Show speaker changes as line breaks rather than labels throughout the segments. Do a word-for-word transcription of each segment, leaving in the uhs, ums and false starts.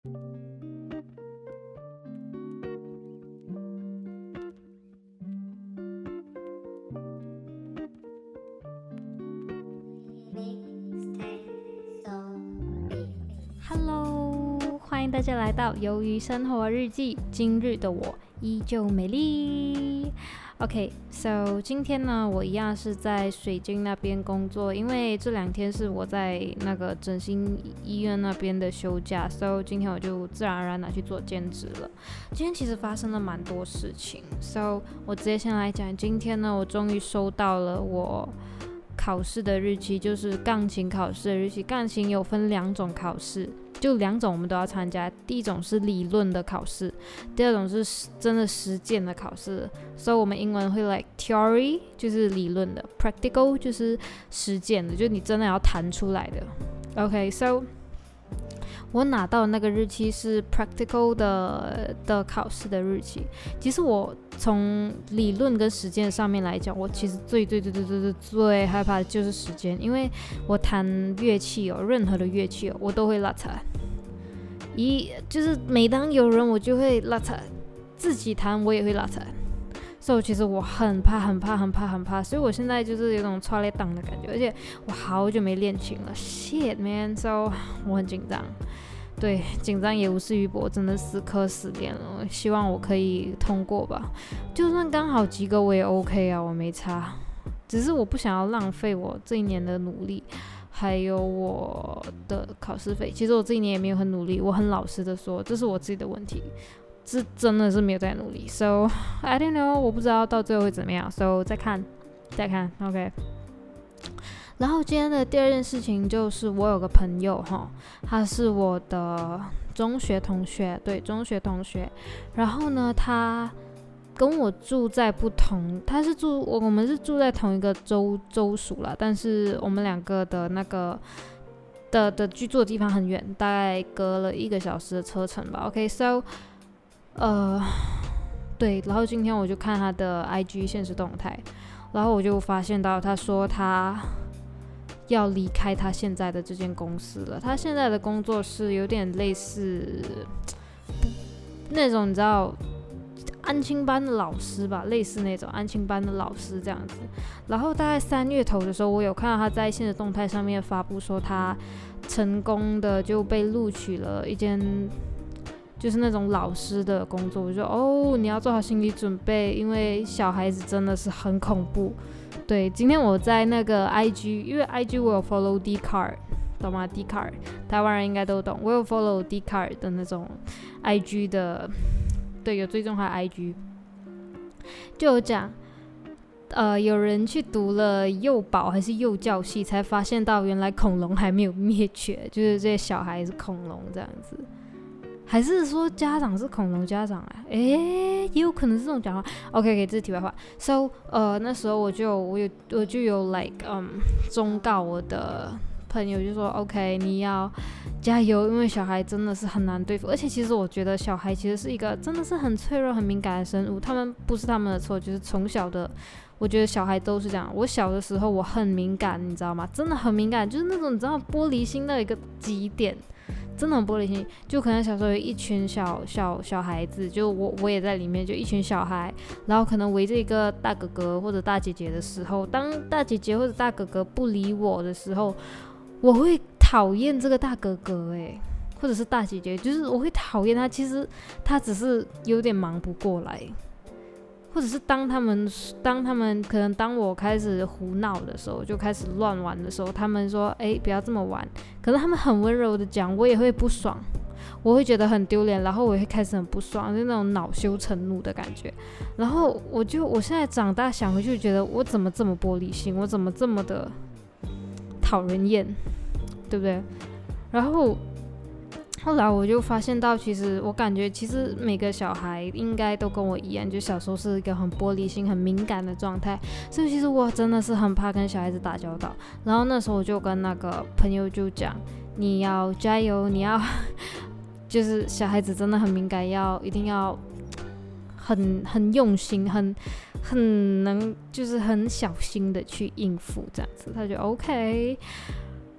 Hello， 欢迎大家来到鱿鱼生活日记。今日的我依旧美丽。OK，so、okay, 今天呢，我一样是在水晶那边工作，因为这两天是我在那个整形医院那边的休假，所以今天我就自然而然拿去做兼职了。今天其实发生了蛮多事情 ，so 我直接先来讲。今天呢，我终于收到了我考试的日期，就是钢琴考试的日期。钢琴有分两种考试，就两种我们都要参加。第一种是理论的考试，第二种是真的实践的考试。所以我们英文会 like theory 就是理论的 ，practical 就是实践的，就是你真的要弹出来的。OK，so、okay, 我拿到的那个日期是 practical 的的考试的日期。其实我从理论跟实践上面来讲，我其实最最最最最最最害怕的就是实践，因为我弹乐器哦，任何的乐器哦，我都会拉差。一就是每当有人我就会拉差，自己弹我也会拉差。所以其实我很怕很怕很怕很怕，所以我现在就是有种超累档的感觉，而且我好久没练琴了 ，shit man， so 我很紧张，对，紧张也无事于博，真的死磕死练了，希望我可以通过吧，就算刚好及格我也 OK 啊，我没差，只是我不想要浪费我这一年的努力，还有我的考试费。其实我这一年也没有很努力，我很老实的说，这是我自己的问题。是真的是没有在努力 ，so I don't know， 我不知道到最后会怎么样 ，so 再看，再看 ，OK。然后今天的第二件事情就是我有个朋友哈，他是我的中学同学，对，中学同学。然后呢，他跟我住在不同，他是住我我们是住在同一个州州属啦，但是我们两个的那个的的居住的地方很远，大概隔了一个小时的车程吧。OK，so、okay, 呃，对，然后今天我就看他的 I G 限时动态，然后我就发现到他说他要离开他现在的这间公司了。他现在的工作是有点类似那种你知道安亲班的老师吧，类似那种安亲班的老师这样子。然后大概三月头的时候，我有看到他在限时动态上面发布说他成功的就被录取了一间。就是那种老师的工作，我就说哦，你要做好心理准备，因为小孩子真的是很恐怖。对，今天我在那个 I G， 因为 I G 我有 follow Dcard， 懂吗 ？Dcard， 台湾人应该都懂，我有 follow Dcard 的那种 I G 的，对，有追踪他的 I G， 就有讲，呃，有人去读了幼保还是幼教系，才发现到原来恐龙还没有灭绝，就是这些小孩是恐龙这样子。还是说家长是恐龙家长啊？诶，也有可能是这种讲话。OK，OK， 这是题外话。So， 呃，那时候我就我有我就有 like 嗯忠告我的朋友，就说 OK， 你要加油，因为小孩真的是很难对付。而且其实我觉得小孩其实是一个真的是很脆弱、很敏感的生物，他们不是他们的错，就是从小的。我觉得小孩都是这样。我小的时候我很敏感，你知道吗？真的很敏感，就是那种你知道玻璃心的一个极点。真的很玻璃心，就可能小时候有一群小小小孩子，就我我也在里面，就一群小孩，然后可能围着一个大哥哥或者大姐姐的时候，当大姐姐或者大哥哥不理我的时候，我会讨厌这个大哥哥哎，或者是大姐姐，就是我会讨厌他，其实他只是有点忙不过来。或者是当他们当他们可能当我开始胡闹的时候，就开始乱玩的时候，他们说哎不要这么玩，可是他们很温柔的讲，我也会不爽，我会觉得很丢脸，然后我会开始很不爽，就那种恼羞成怒的感觉。然后我就我现在长大想回去，觉得我怎么这么玻璃心，我怎么这么的讨人厌，对不对？然后后来我就发现到，其实我感觉其实每个小孩应该都跟我一样，就小时候是一个很玻璃心很敏感的状态，所以其实我真的是很怕跟小孩子打交道。然后那时候我就跟那个朋友就讲，你要加油，你要就是小孩子真的很敏感，要一定要很很用心，很很能就是很小心的去应付这样子。他就 OK，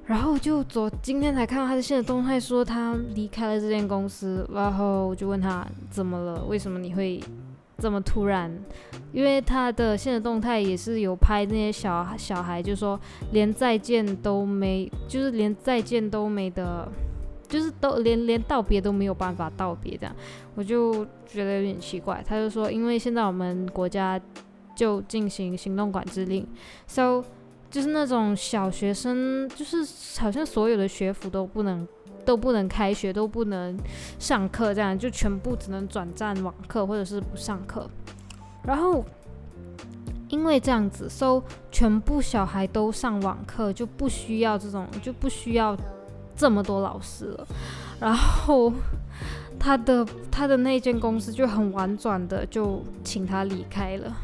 然后就昨今天才看到他的现实动态说他离开了这间公司，然后我就问他怎么了，为什么你会这么突然？因为他的现实动态也是有拍那些小小孩，就说连再见都没，就是连再见都没的，就是都连连道别都没有办法道别这样，我就觉得有点奇怪。他就说，因为现在我们国家就进行行动管制令 ，so 就是那种小学生，就是好像所有的学府都不能都不能开学，都不能上课，这样就全部只能转战网课或者是不上课。然后因为这样子 ，so 全部小孩都上网课，就不需要这种，就不需要这么多老师了。然后他的他的那间公司就很婉转的就请他离开了。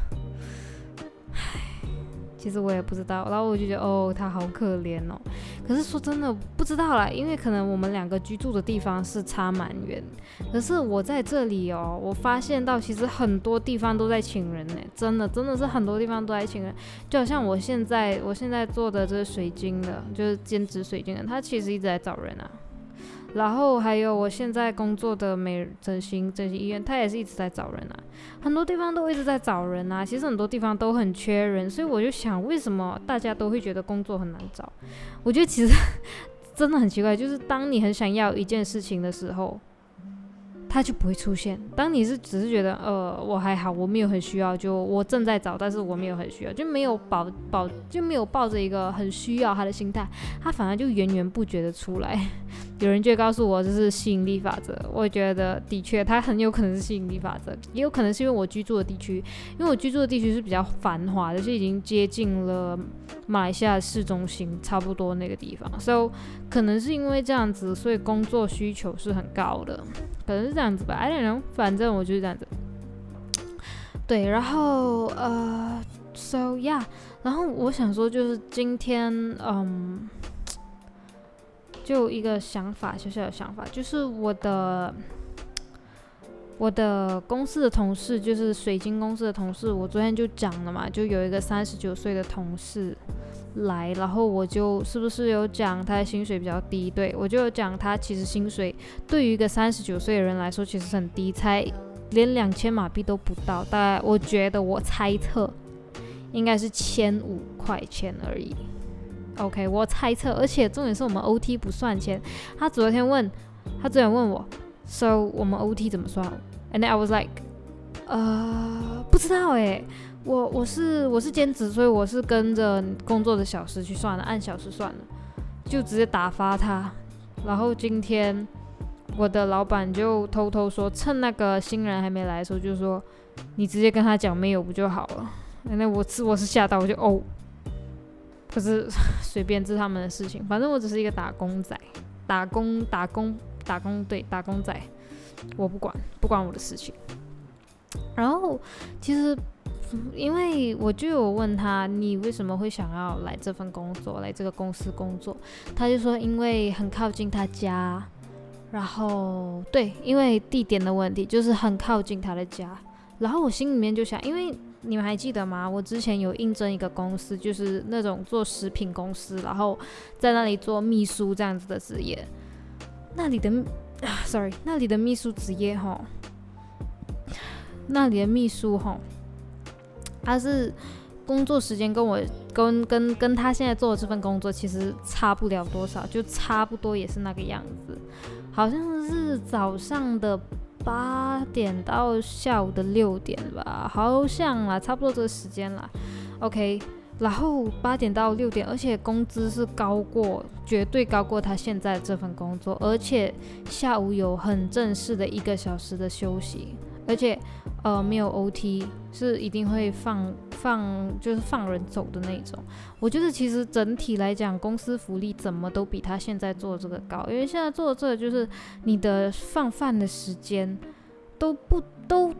其实我也不知道，然后我就觉得哦，他好可怜哦。可是说真的不知道啦，因为可能我们两个居住的地方是差蛮远。可是我在这里哦，我发现到其实很多地方都在请人呢，真的真的是很多地方都在请人。就好像我现在我现在做的这个水晶的，就是兼职水晶的，他其实一直在找人啊。然后还有我现在工作的美整形整形医院，他也是一直在找人啊，很多地方都一直在找人啊，其实很多地方都很缺人，所以我就想，为什么大家都会觉得工作很难找？我觉得其实真的很奇怪，就是当你很想要一件事情的时候，它就不会出现。当你是只是觉得，呃，我还好，我没有很需要，就我正在找，但是我没有很需要，就没有保保就没有抱着一个很需要它的心态，它反而就源源不绝的出来。有人就会告诉我这是吸引力法则，我觉得的确它很有可能是吸引力法则，也有可能是因为我居住的地区，因为我居住的地区是比较繁华的，就已经接近了马来西亚市中心差不多那个地方，所以可能是因为这样子，所以工作需求是很高的，可能是这样子吧 I don't know， 反正我就是这样子。对，然后呃 so yeah， 然后我想说就是今天嗯就一个想法，小小的想法，就是我的我的公司的同事，就是水晶公司的同事，我昨天就讲了嘛，就有一个三十九岁的同事来，然后我就是不是有讲他的薪水比较低？对，我就有讲他其实薪水对于一个三十九岁的人来说其实很低，才连两千马币都不到，大概我觉得我猜测应该是千五块钱而已。OK， 我猜测，而且重点是我们 O T 不算钱。他昨天问，他昨天问我 ，So 我们 O T 怎么算 ？And then I was like， 呃，不知道哎，我我是我是兼职，所以我是跟着工作的小时去算了，按小时算了，就直接打发他。然后今天我的老板就偷偷说，趁那个新人还没来的时候，就说你直接跟他讲没有不就好了？那我是我是吓到，我就哦。可是随便是他们的事情，反正我只是一个打工仔，打工打工打工对打工仔，我不管不管我的事情。然后其实因为我就有问他，你为什么会想要来这份工作，来这个公司工作？他就说因为很靠近他家，然后对，因为地点的问题，就是很靠近他的家。然后我心里面就想，因为你们还记得吗？我之前有应征一个公司，就是那种做食品公司，然后在那里做秘书这样子的职业。那里的、啊、，sorry， 那里的秘书职业吼，那里的秘书吼，他是工作时间跟我跟跟跟他现在做的这份工作其实差不了多少，就差不多也是那个样子，好像是早上的八点到下午的六点吧，好像啦，差不多这个时间啦。OK， 然后八点到六点，而且工资是高过，绝对高过他现在这份工作，而且下午有很正式的一个小时的休息，而且呃没有 O T， 是一定会放放就是放人走的那种。我觉得其实整体来讲，公司福利怎么都比他现在做的这个高，因为现在做的这个就是你的放饭的时间都不都都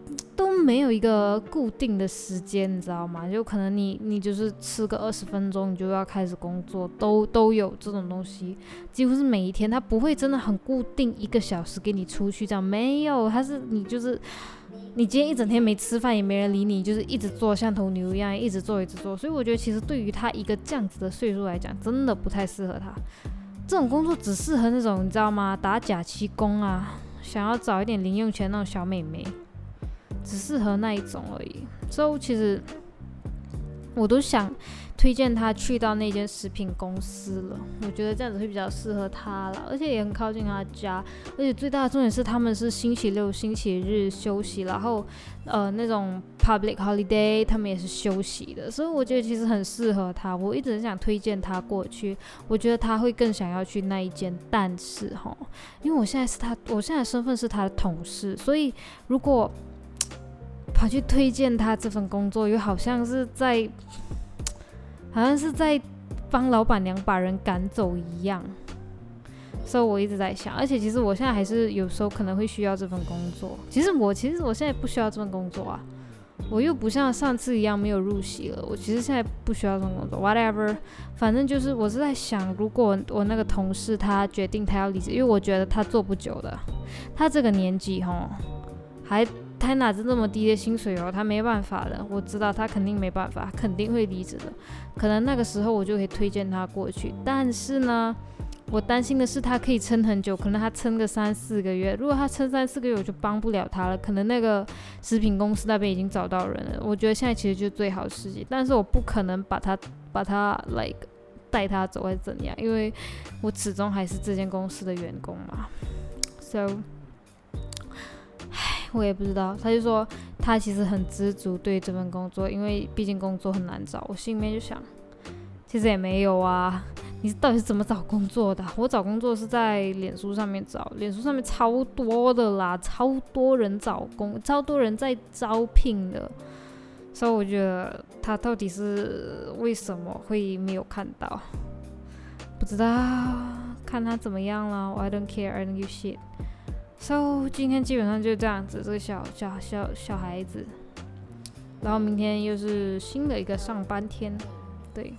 都没有一个固定的时间，你知道吗？就可能你你就是吃个二十分钟，你就要开始工作，都都有这种东西，几乎是每一天，他不会真的很固定一个小时给你出去这样，没有，他是你就是你今天一整天没吃饭也没人理你，就是一直做像头牛一样一直做一直做，所以我觉得其实对于他一个这样子的岁数来讲，真的不太适合他。这种工作只适合那种你知道吗？打假期工啊，想要找一点零用钱那种小妹妹，只适合那一种而已。所以其实我都想推荐他去到那间食品公司了，我觉得这样子会比较适合他啦，而且也很靠近他家，而且最大的重点是他们是星期六、星期日休息，然后呃那种 public holiday 他们也是休息的，所以我觉得其实很适合他。我一直很想推荐他过去，我觉得他会更想要去那一间，但是齁，因为我现在是他，我现在的身份是他的同事，所以如果跑去推荐他这份工作，又好像是在。好像是在帮老板娘把人赶走一样，所以我一直在想，而且其实我现在还是有时候可能会需要这份工作。其实我其实我现在不需要这份工作啊，我又不像上次一样没有入席了。我其实现在不需要这份工作 ，whatever， 反正就是我是在想，如果我那个同事他决定他要离职，因为我觉得他做不久的，他这个年纪齁，还。他拿着这么低的薪水哦，他没办法的，我知道他肯定没办法，肯定会离职的。可能那个时候我就可以推荐他过去，但是呢，我担心的是他可以撑很久，可能他撑个三四个月。如果他撑三四个月，我就帮不了他了。可能那个食品公司那边已经找到人了。我觉得现在其实就是最好的时机，但是我不可能把他把他 like 带他走还是怎样，因为我始终还是这间公司的员工嘛。So。我也不知道，他就说他其实很知足对这份工作，因为毕竟工作很难找。我心里面就想，其实也没有啊，你到底是怎么找工作的？我找工作是在脸书上面找，脸书上面超多的啦，超多人找工，超多人在招聘的，所以我觉得他到底是为什么会没有看到？不知道，看他怎么样了。I don't care, I don't give shit。So 今天基本上就这样子，这个小小小小孩子，然后明天又是新的一个上班天，对，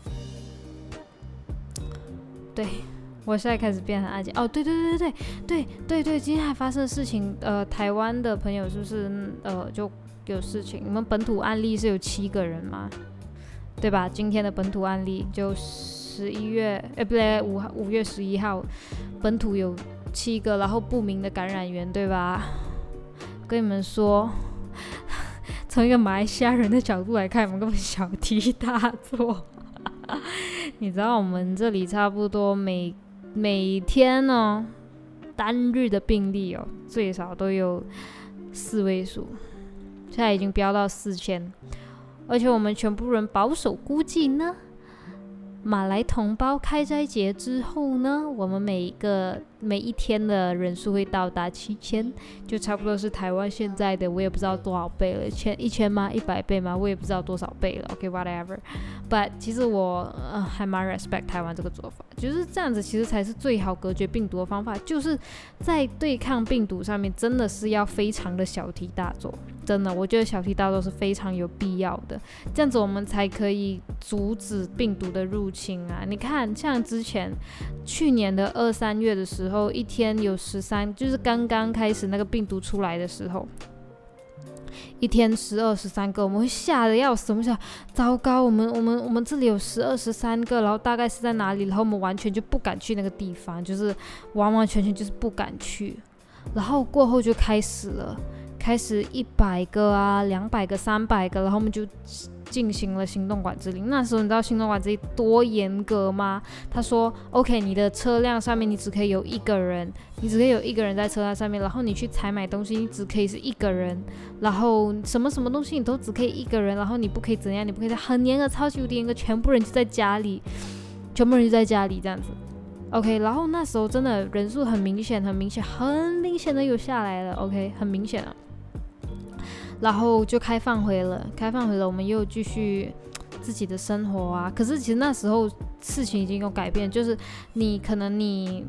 对，我现在开始变很安静。哦，对对对对对对对，今天还发生的事情，呃，台湾的朋友是不是呃就有事情？你们本土案例是有七个人吗？对吧？今天的本土案例就十一月，哎不对，五五月十一号，本土有。七个，然后不明的感染源，对吧？跟你们说，从一个马来西亚人的角度来看，我们根本小题大做。你知道我们这里差不多每每天呢、哦，单日的病例哦，最少都有四位数，现在已经飙到四千，而且我们全部人保守估计呢。马来同胞开斋节之后呢，我们每一个每一天的人数会到达七千，就差不多是台湾现在的我也不知道多少倍了，千一千吗？一百倍吗？我也不知道多少倍了。OK whatever，but 其实我、呃、还蛮 respect 台湾这个做法，就是这样子，其实才是最好隔绝病毒的方法，就是在对抗病毒上面真的是要非常的小题大做。真的，我觉得小题大做是非常有必要的，这样子我们才可以阻止病毒的入侵啊！你看，像之前去年的二三月的时候，一天有十三，就是刚刚开始那个病毒出来的时候，一天十二、十三个，我们会吓得要死，我们想，糟糕，我们我们我们这里有十二、十三个，然后大概是在哪里？然后我们完全就不敢去那个地方，就是完完全全就是不敢去，然后过后就开始了。开始一百个啊，两百个、三百个，然后我们就进行了行动管制令。那时候你知道行动管制令多严格吗？他说 ，OK， 你的车辆上面你只可以有一个人，你只可以有一个人在车辆上面，然后你去采买东西，你只可以是一个人，然后什么什么东西你都只可以一个人，然后你不可以怎样，你不可以很严格，超级无敌严格，全部人就在家里，全部人就在家里这样子。OK， 然后那时候真的人数很明显，很明显，很明显的有下来了。OK， 很明显了。然后就开放回了，开放回了，我们又继续自己的生活啊。可是其实那时候事情已经有改变，就是你可能你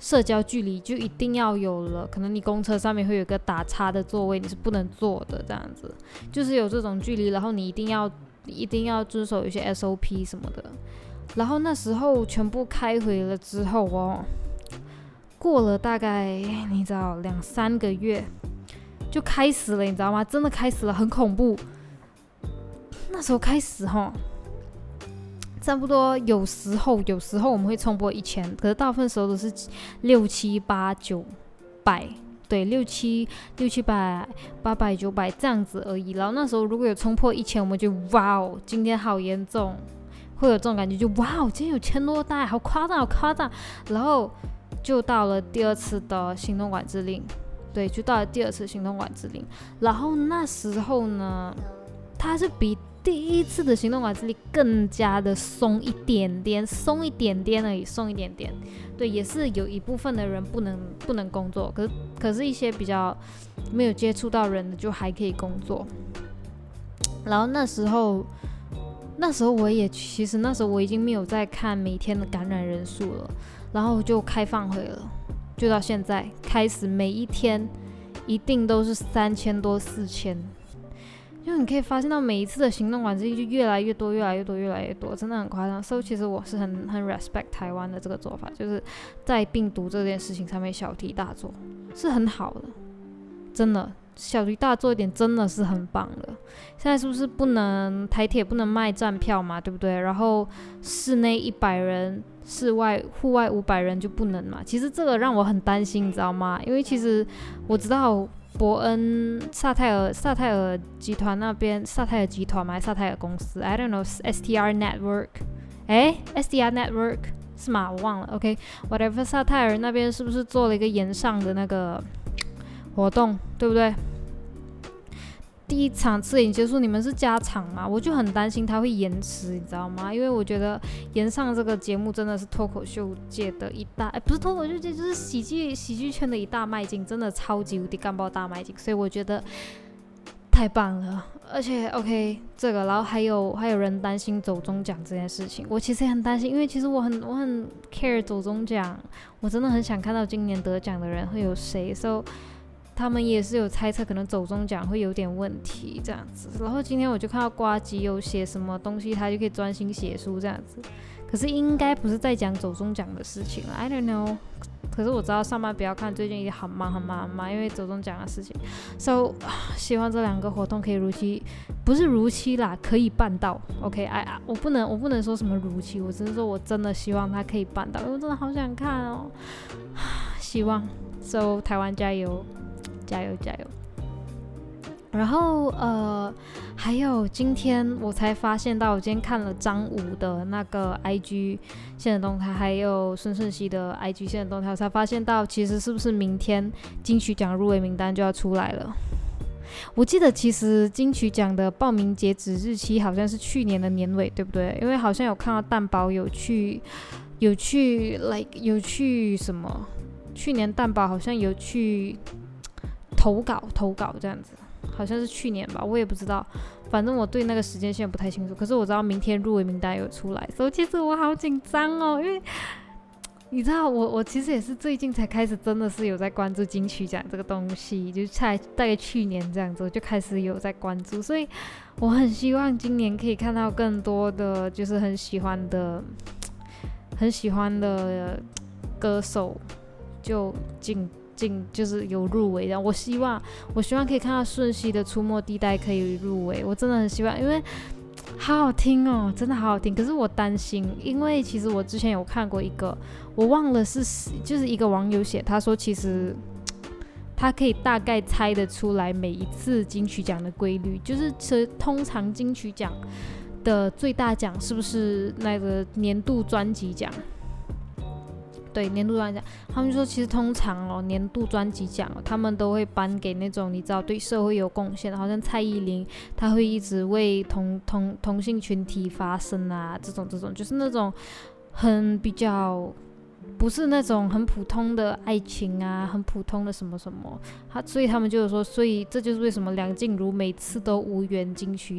社交距离就一定要有了，可能你公车上面会有一个打叉的座位，你是不能坐的，这样子就是有这种距离，然后你一定要一定要遵守一些 S O P 什么的。然后那时候全部开回了之后哦，过了大概你知道两三个月就开始了，你知道吗？真的开始了，很恐怖。那时候开始齁，差不多有时候有时候我们会冲破一千，可是大部分时候都是六七八九百，对，六七六七百八百九百这样子而已。然后那时候如果有冲破一千，我们就哇哦，今天好严重，会有这种感觉，就哇哦，今天有千多单，好夸张，好夸张。然后就到了第二次的行动管制令，对，就到了第二次行动管制令。然后那时候呢，它是比第一次的行动管制令更加的松一点点，松一点点而已，松一点点。对，也是有一部分的人不能不能工作，可是可是一些比较没有接触到人的就还可以工作。然后那时候，那时候我也其实那时候我已经没有在看每天的感染人数了，然后就开放回了，就到现在开始每一天一定都是三千多四千。就你可以发现到每一次的行动管制就越来越多越来越多越来越多，真的很夸张。所以其实我是很很 respect 台湾的这个做法，就是在病毒这件事情上面小题大做是很好的，真的小题大做一点真的是很棒的。现在是不是不能台铁不能卖站票嘛，对不对？然后室内一百人，室外户外五百人就不能嘛。其实这个让我很担心，你知道吗？因为其实我知道伯恩萨泰尔萨泰尔集团那边，萨泰尔集团嘛，萨泰尔公司 ，I don't know S T R Network， 哎 ，S T R Network 是吗？我忘了 ，OK，whatever， 萨泰尔那边是不是做了一个延上的那个活动，对不对？第一场次影结束，你们是加场嘛？我就很担心它会延迟，你知道吗？因为我觉得延上这个节目真的是脱口秀界的一大，哎，不是脱口秀界，就是喜剧喜剧圈的一大迈进，真的超级无敌干爆大迈进，所以我觉得太棒了。而且 OK 这个，然后还有还有人担心走中奖这件事情，我其实也很担心，因为其实我很我很 care 走中奖，我真的很想看到今年得奖的人会有谁。So他们也是有猜测，可能走中奖会有点问题这样子。然后今天我就看到呱吉有写什么东西，他就可以专心写书这样子。可是应该不是在讲走中奖的事情了 ，I don't know。可是我知道上班不要看，最近也很忙很忙很忙，因为走中奖的事情。So 希望这两个活动可以如期，不是如期啦，可以办到。OK， 哎、啊，我不能我不能说什么如期，我只是说我真的希望它可以办到，因为我真的好想看哦。希望 ，So 台湾加油！加油加油！然后呃，还有今天我才发现到，我今天看了张武的那个 I G 现实动态，还有孙盛熙的 I G 现实动态，我才发现到其实是不是明天金曲奖入围名单就要出来了。我记得其实金曲奖的报名截止日期好像是去年的年尾，对不对？因为好像有看到蛋堡有去有去 like 有去什么，去年蛋堡好像有去投稿投稿这样子，好像是去年吧，我也不知道，反正我对那个时间线不太清楚。可是我知道明天入围名单有出来，所以其实我好紧张哦，因为你知道我我其实也是最近才开始真的是有在关注金曲奖这个东西，就才大概去年这样子我就开始有在关注，所以我很希望今年可以看到更多的就是很喜欢的很喜欢的歌手就进进就是有入围的。我希望我希望可以看到瞬息的出没地带可以入围，我真的很希望，因为好好听哦，真的好好听。可是我担心，因为其实我之前有看过一个，我忘了是就是一个网友写，他说其实他可以大概猜得出来每一次金曲奖的规律，就是其实通常金曲奖的最大奖是不是那个年度专辑奖？对，年度专辑奖，他们就说其实通常哦，年度专辑奖、哦、他们都会颁给那种你知道对社会有贡献的，好像蔡依林，她会一直为同同同性群体发声啊，这种这种就是那种很比较不是那种很普通的爱情啊，很普通的什么什么，他所以他们就有说，所以这就是为什么梁静茹每次都无缘金曲。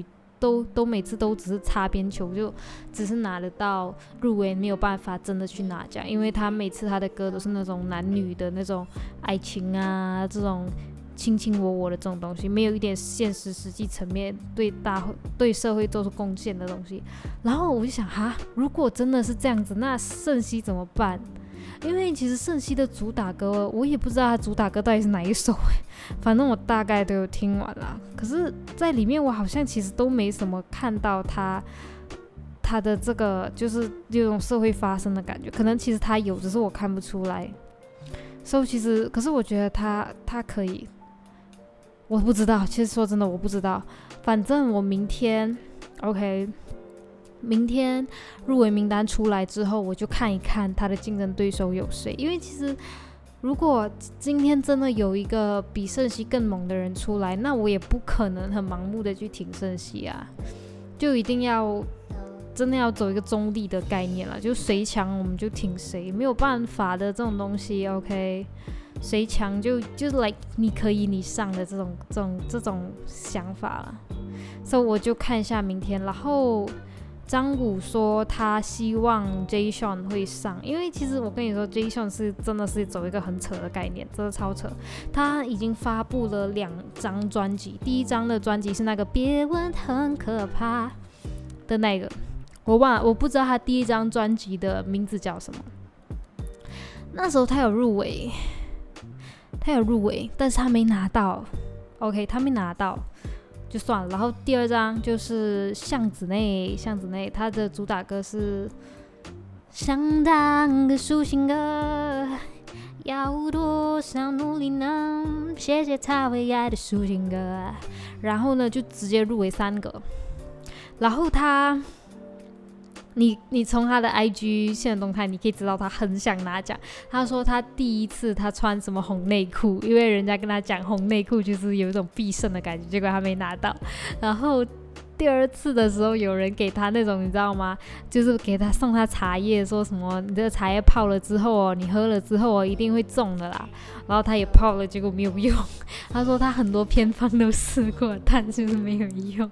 都都每次都只是擦边球，就只是拿得到入围，没有办法真的去拿奖，因为他每次他的歌都是那种男女的那种爱情啊，这种卿卿我我的这种东西，没有一点现实实际层面对大对社会做出贡献的东西。然后我就想哈，如果真的是这样子，那盛熙怎么办？因为其实盛熙的主打歌我也不知道他主打歌到底是哪一首，反正我大概都有听完啦。可是在里面我好像其实都没什么看到他他的这个就是有种社会发生的感觉，可能其实他有，只是我看不出来。所以其实可是我觉得他他可以，我不知道，其实说真的我不知道。反正我明天 OK，明天入围名单出来之后，我就看一看他的竞争对手有谁。因为其实如果今天真的有一个比盛熙更猛的人出来，那我也不可能很盲目的去挺盛熙啊，就一定要真的要走一个中立的概念了，就谁强我们就挺谁，没有办法的这种东西。 OK， 谁强就就是 like 你可以你上的这种这种这种想法了。所以我就看一下明天。然后张武说他希望 J.Sheon 会上，因为其实我跟你说 J.Sheon 是真的是走一个很扯的概念，真的超扯。他已经发布了两张专辑，第一张的专辑是那个别问很可怕的那个，我忘了，我不知道他第一张专辑的名字叫什么。那时候他有入围，他有入围，但是他没拿到。OK， 他没拿到。就算了。然后第二张就是巷子内，巷子内他的主打歌是想当个抒情歌，要多少努力呢？谢谢他为爱的抒情歌。然后呢就直接入围三个。然后他你你从他的 I G 现实动态你可以知道他很想拿奖。他说他第一次他穿什么红内裤，因为人家跟他讲红内裤就是有一种必胜的感觉，结果他没拿到。然后第二次的时候有人给他那种你知道吗，就是给他送他茶叶，说什么你这个茶叶泡了之后哦，你喝了之后哦一定会中的啦。然后他也泡了，结果没有用。他说他很多偏方都试过，但就是没有用。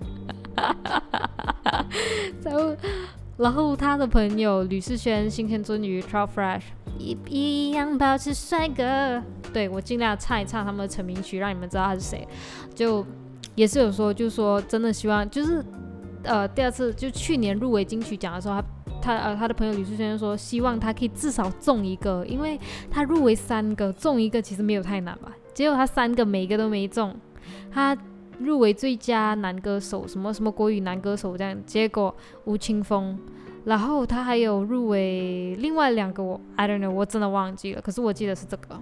然后然后他的朋友吕世轩、新天尊鱼、Trout Fresh 一一样保持帅哥，对，我尽量唱一唱他们的成名曲，让你们知道他是谁。就也是有说，就是说真的希望，就是呃第二次就去年入围金曲奖的时候，他他呃他的朋友吕世轩说，希望他可以至少中一个，因为他入围三个，中一个其实没有太难吧。结果他三个每一个都没中，他入围最佳男歌手，什么什么国语男歌手这样，结果吴青峰。然后他还有入围另外两个我 I don't know 我真的忘记了，可是我记得是这个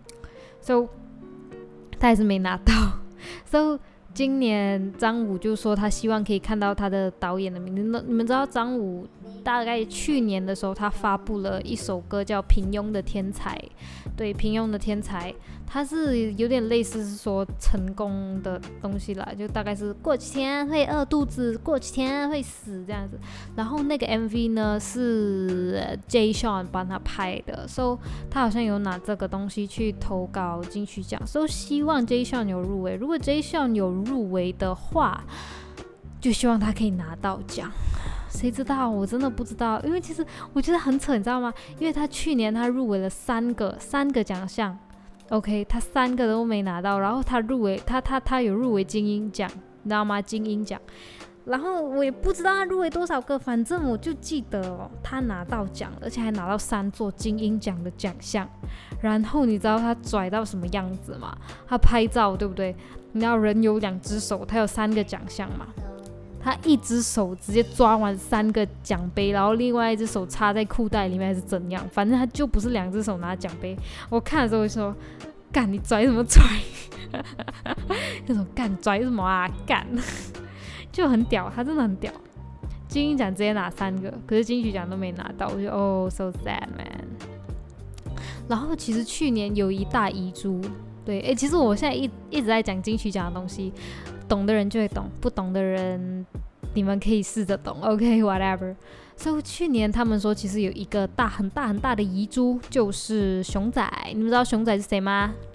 so 他还是没拿到。so 今年张武就说他希望可以看到他的导演的名字。你们知道张武大概去年的时候他发布了一首歌叫平庸的天才，对，平庸的天才，它是有点类似是说成功的东西啦，就大概是过几天会饿肚子，过几天会死这样子。然后那个 M V 呢是 J.Sheon 帮他拍的，所以他好像有拿这个东西去投稿金曲奖，所以希望 J.Sheon 有入围。如果 J.Sheon 有入围的话，就希望他可以拿到奖。谁知道，我真的不知道，因为其实我觉得很扯，你知道吗？因为他去年他入围了三个三个奖项 ，OK， 他三个都没拿到，然后他入围，他他他有入围金鹰奖，你知道吗？金鹰奖，然后我也不知道他入围多少个，反正我就记得哦，他拿到奖，而且还拿到三座金鹰奖的奖项。然后你知道他拽到什么样子吗？他拍照对不对？你知道人有两只手，他有三个奖项嘛？他一只手直接抓完三个奖杯，然后另外一只手插在裤袋里面还是怎样，反正他就不是两只手拿奖杯。我看的时候就说干你拽什么拽那种干拽什么啊干就很屌，他真的很屌。金鹰奖直接拿三个，可是金曲奖都没拿到，我就哦 so sad man。 然后其实去年有一大遗珠，对，诶，其实我现在 一, 一直在讲金曲奖的东西，懂的人就会懂，不懂的人你们可以试着懂 OK whatever。 所以去年他们说其实有一个大很大很大的遗珠，就是熊仔。你们知道熊仔是谁吗？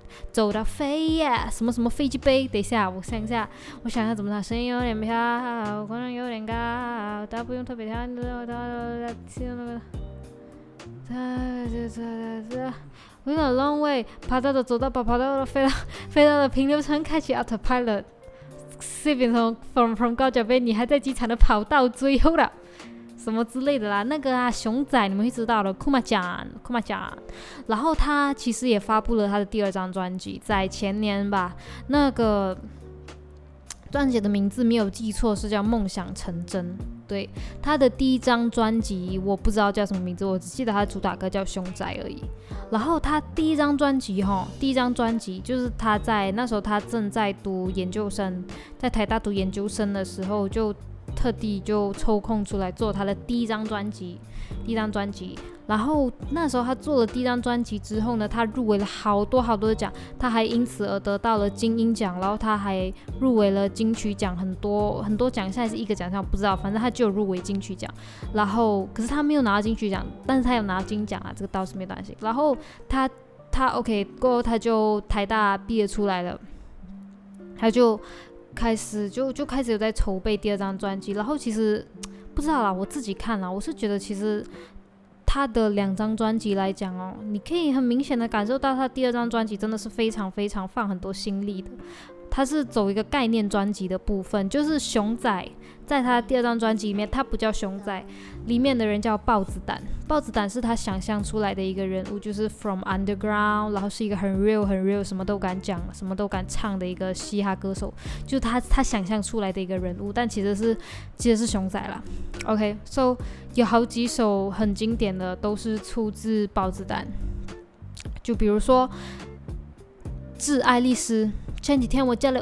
走到飞呀，什么什么飞机杯。等一下，我想一下，我想一下怎么唱。声音有点飘，可能有点高，但不用特别跳。We got a long way， 跑到了走到跑，跑到了飞到飞到了平流层，开启 autopilot。这边从 from from 高脚杯，你还在机场的跑道最后了。什么之类的啦，那个啊，熊仔你们会知道的，库玛酱，库玛酱。然后他其实也发布了他的第二张专辑，在前年吧。那个专辑的名字没有记错是叫《梦想成真》。对，他的第一张专辑我不知道叫什么名字，我只记得他的主打歌叫《熊仔》而已。然后他第一张专辑哈，第一张专辑就是他在那时候他正在读研究生，在台大读研究生的时候就。特地就抽空出来做他的第一张专辑，第一张专辑。然后那时候他做了第一张专辑之后呢，他入围了好多好多的奖，他还因此而得到了金鹰奖，然后他还入围了金曲奖，很多很多奖项还是一个奖项不知道，反正他就有入围金曲奖。然后可是他没有拿到金曲奖，但是他有拿到金奖啊，这个倒是没关系。然后他他 OK 过后他就台大毕业出来了，他就。开始就就开始有在筹备第二张专辑，然后其实不知道啦，我自己看啦，我是觉得其实他的两张专辑来讲哦，你可以很明显的感受到他第二张专辑真的是非常非常放很多心力的。他是走一个概念专辑的部分，就是熊仔在他第二张专辑里面，他不叫熊仔，里面的人叫豹子胆。豹子胆是他想象出来的一个人物，就是 from underground， 然后是一个很 real 很 real 什么都敢讲什么都敢唱的一个嘻哈歌手，就是他他想象出来的一个人物，但其实是其实是熊仔啦。 OK so 有好几首很经典的都是出自豹子胆，就比如说致爱丽丝，前几天我叫了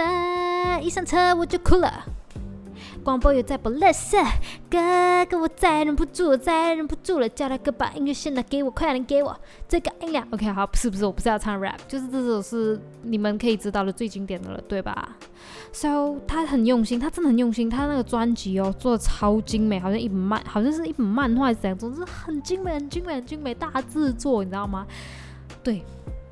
Uber， 一上车我就哭了，广播又在播乐色，哥哥我再忍不住了，再忍不住了，叫他哥把音乐线拿给我，快点给我这个音量。 OK 好，不是不是，我不是要唱 rap， 就是这首是你们可以知道的最经典的了，对吧？ So 他很用心，他真的很用心，他那个专辑哦做的超精美，好像一本漫，好像是一本漫画，怎样，总之很精美很精美很精美，大制作，你知道吗？对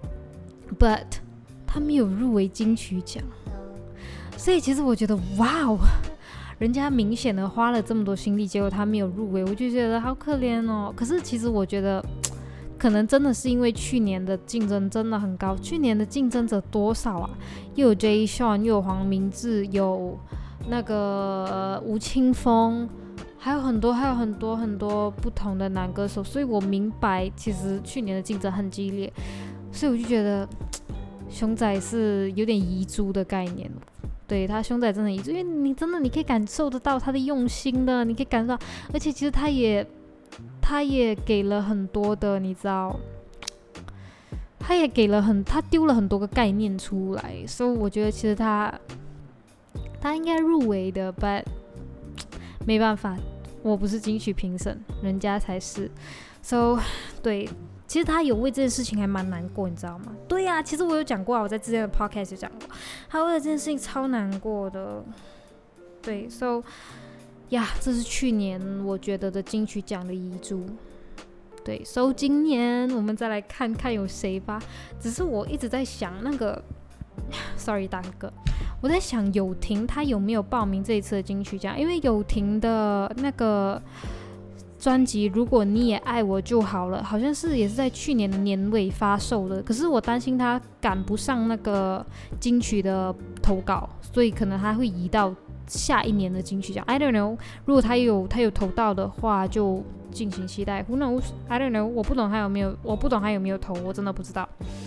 ，But他没有入围金曲奖，所以其实我觉得哇哦，人家明显的花了这么多心力，结果他没有入围，我就觉得好可怜哦。可是其实我觉得可能真的是因为去年的竞争真的很高，去年的竞争者多少啊，又有 Jay Sean， 又有黄明志，有那个、呃、吴青峰，还有很多还有很多很多不同的男歌手，所以我明白其实去年的竞争很激烈，所以我就觉得熊仔是有点遗珠的概念，对，他熊仔真的遗珠，因为你真的你可以感受得到他的用心的，你可以感受到，而且其实他也他也给了很多的，你知道，他也给了很他丢了很多个概念出来，所以我觉得其实他他应该入围的 ，but 没办法，我不是金曲评审，人家才是 ，so 对。其实他有为这件事情还蛮难过，你知道吗？对呀、啊，其实我有讲过啊，我在之前的 podcast 有讲过，他为了这件事情超难过的。对 ，so 呀，这是去年我觉得的金曲奖的遗珠。对 ，so 今年我们再来看看有谁吧。只是我一直在想那个 ，sorry 大哥，我在想友婷他有没有报名这一次的金曲奖？因为友婷的那个专辑如果你也爱我就好了，好像是也是在去年的年尾发售的，可是我担心他赶不上那个金曲的投稿，所以可能他会移到下一年的金曲奖。 I don't know， 如果他有他有投到的话就敬请期待。 Who knows？ I don't know， 我不懂他有没有我不懂他有没有投，我真的不知道。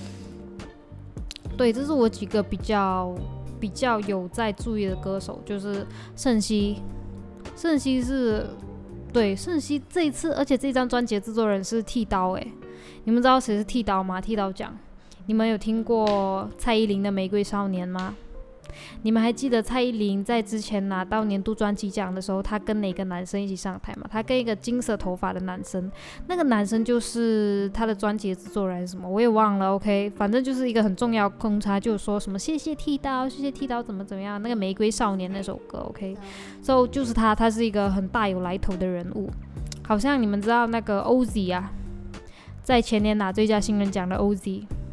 对，这是我几个比较比较有在注意的歌手，就是盛熙。盛熙是对，盛熙这一次，而且这张专辑的制作人是剃刀诶，你们知道谁是剃刀吗？剃刀奖，你们有听过蔡依林的《玫瑰少年》吗？你们还记得蔡依林在之前拿到年度专辑奖的时候，她跟哪个男生一起上台吗？她跟一个金色头发的男生，那个男生就是她的专辑的制作人还是什么，我也忘了。OK， 反正就是一个很重要的公差，就是说什么谢谢剃刀，谢谢剃刀怎么怎么样，那个《玫瑰少年》那首歌。OK，so 就是他，他是一个很大有来头的人物。好像你们知道那个 O Z 啊，在前年拿最佳新人奖的 O Z。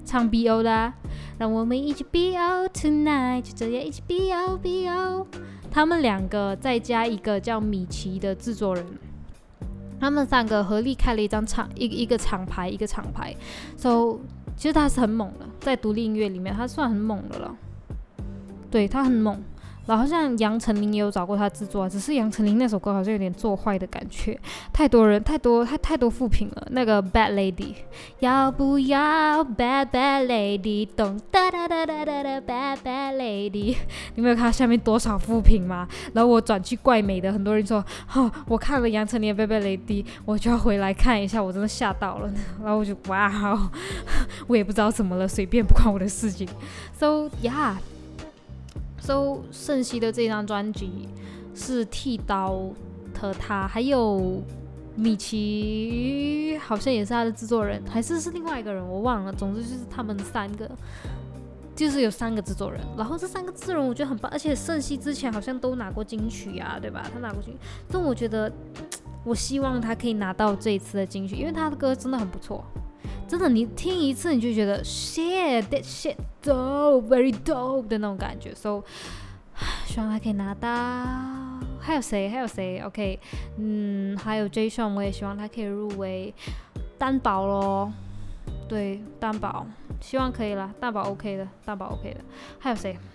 唱 B O 的、啊，让我们一起 B O tonight， 就这样一起 B O B O。他们两个再加一个叫米奇的制作人，他们三个合力开了一张厂一一个厂牌一个厂牌 ，so 其实他是很猛的，在独立音乐里面他算很猛的了，对他很猛。然后好像杨丞琳也有找过他制作、啊，只是杨丞琳那首歌好像有点做坏的感觉，太多人太多太太多负评了。那个 Bad Lady， 要不要 Bad Bad Lady， 咚哒哒哒哒哒哒 Bad Bad Lady， 你没有看到下面多少负评吗？然后我转去怪美的，很多人说，哦，我看了杨丞琳的 Bad Bad Lady， 我就要回来看一下，我真的吓到了。然后我就哇，我也不知道怎么了，随便不关我的事情。So yeah。So 圣熙的这张专辑是剃刀和他，还有米奇好像也是他的制作人，还是是另外一个人我忘了。总之就是他们三个，就是有三个制作人。然后这三个制作人我觉得很棒，而且圣熙之前好像都拿过金曲啊，对吧？他拿过金曲，所以我觉得我希望他可以拿到这一次的金曲，因为他的歌真的很不错。真的，你听一次你就觉得 shit that shit dope very dope 的那种感觉 ，so 希望他可以拿到。还有谁？还有谁 ？OK， 嗯，还有 Jason， 我也希望他可以入围。蛋堡咯，对，蛋堡，希望可以啦，蛋堡 OK 的，蛋堡 OK 的。还有谁？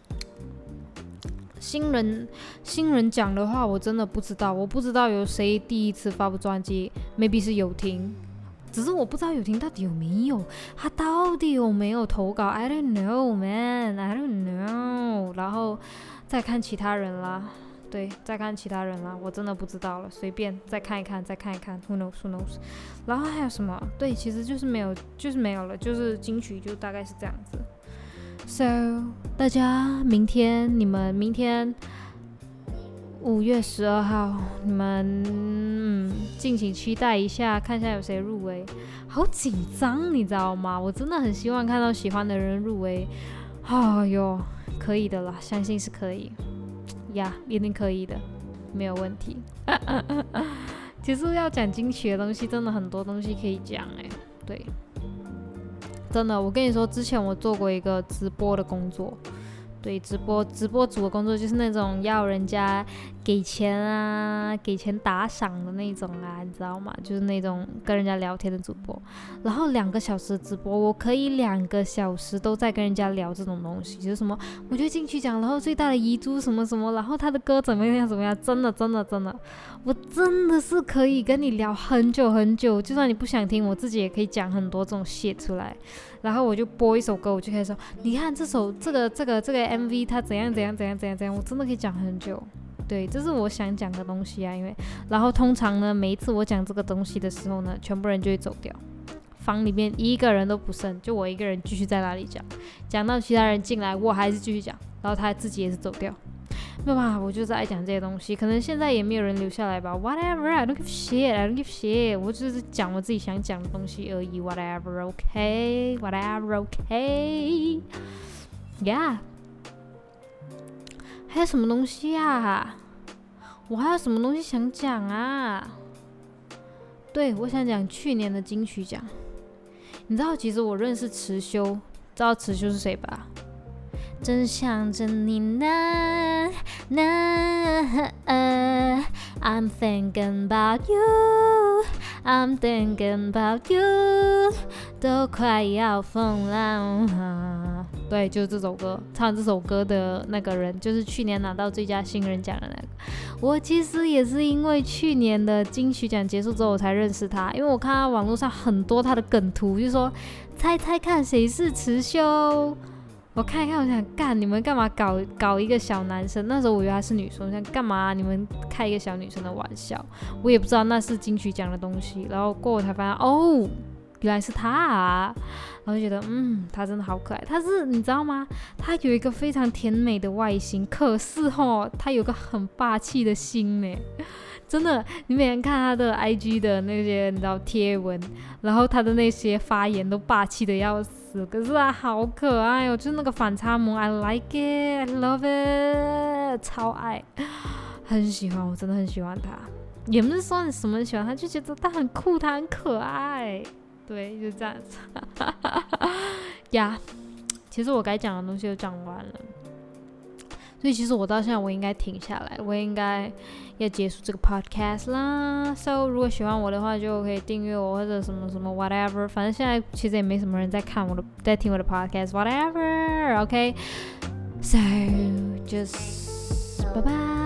新人新人奖的话，我真的不知道，我不知道有谁第一次发布专辑 ，maybe 是友廷。只是我不知道友廷到底有没有，他到底有没有投稿 ？I don't know, man, I don't know。然后再看其他人啦，对，再看其他人啦，我真的不知道了，随便再看一看，再看一看 ，Who knows, Who knows。然后还有什么？对，其实就是没有，就是没有了，就是金曲就大概是这样子。So 大家明天，你们明天。五月十二号，你们嗯敬请期待一下，看一下有谁入围。好紧张，你知道吗？我真的很希望看到喜欢的人入围。哎呦，可以的啦，相信是可以呀，一定可以的，没有问题。其实要讲金曲的东西，真的很多东西可以讲哎、欸，对，真的，我跟你说，之前我做过一个直播的工作。对，直播直播组的工作就是那种要人家给钱啊，给钱打赏的那种啊，你知道吗？就是那种跟人家聊天的主播。然后两个小时的直播，我可以两个小时都在跟人家聊这种东西，就是什么，我就进去讲，然后最大的遗珠什么什么，然后他的歌怎么样怎么样，真的真的真的，我真的是可以跟你聊很久很久，就算你不想听，我自己也可以讲很多这种 shit 出来。然后我就播一首歌，我就开始说，你看这首这个这个这个 M V 它怎样怎样怎样怎样怎样，我真的可以讲很久。对，这是我想讲的东西啊，因为然后通常呢，每一次我讲这个东西的时候呢，全部人就会走掉，房里面一个人都不剩，就我一个人继续在那里讲，讲到其他人进来，我还是继续讲，然后他自己也是走掉。没有办法，我就是爱讲这些东西，可能现在也没有人留下来吧。Whatever, I don't give shit, I don't give shit， 我就是讲我自己想讲的东西而已。Whatever, okay, whatever, okay, yeah。还有什么东西啊？我还有什么东西想讲啊？对，我想讲去年的金曲奖。你知道，其实我认识池修，知道池修是谁吧？正想着你呢呢、uh, I'm thinking about you I'm thinking about you 都快要疯了、啊、对，就是这首歌，唱这首歌的那个人就是去年拿到最佳新人奖的那个。我其实也是因为去年的金曲奖结束之后我才认识他，因为我看到网络上很多他的梗图，就是说猜猜看谁是池修。我看一看，我想干，你们干嘛搞搞一个小男生？那时候我以为他是女生，我想干嘛、啊？你们开一个小女生的玩笑？我也不知道那是金曲奖的东西。然后过后才发现，哦，原来是他啊！然后就觉得，嗯，他真的好可爱。他是你知道吗？他有一个非常甜美的外形，可是吼，他有个很霸气的心呢。真的，你每天看他的 I G 的那些你知道贴文，然后他的那些发言都霸气的要死，可是他好可爱哦，就是那个反差萌 I like it, I love it， 超爱，很喜欢，我真的很喜欢他。也不是说你什么喜欢他，就觉得他很酷，他很可爱，对，就这样子。 呀，其实我该讲的东西都讲完了，所以其实我到现在我应该停下来，我应该要结束这个 podcast 啦。So 如果喜欢我的话，就可以订阅我或者什么什么 whatever， 反正现在其实也没什么人在看我的，在听我的 podcast whatever。OK，So just bye bye。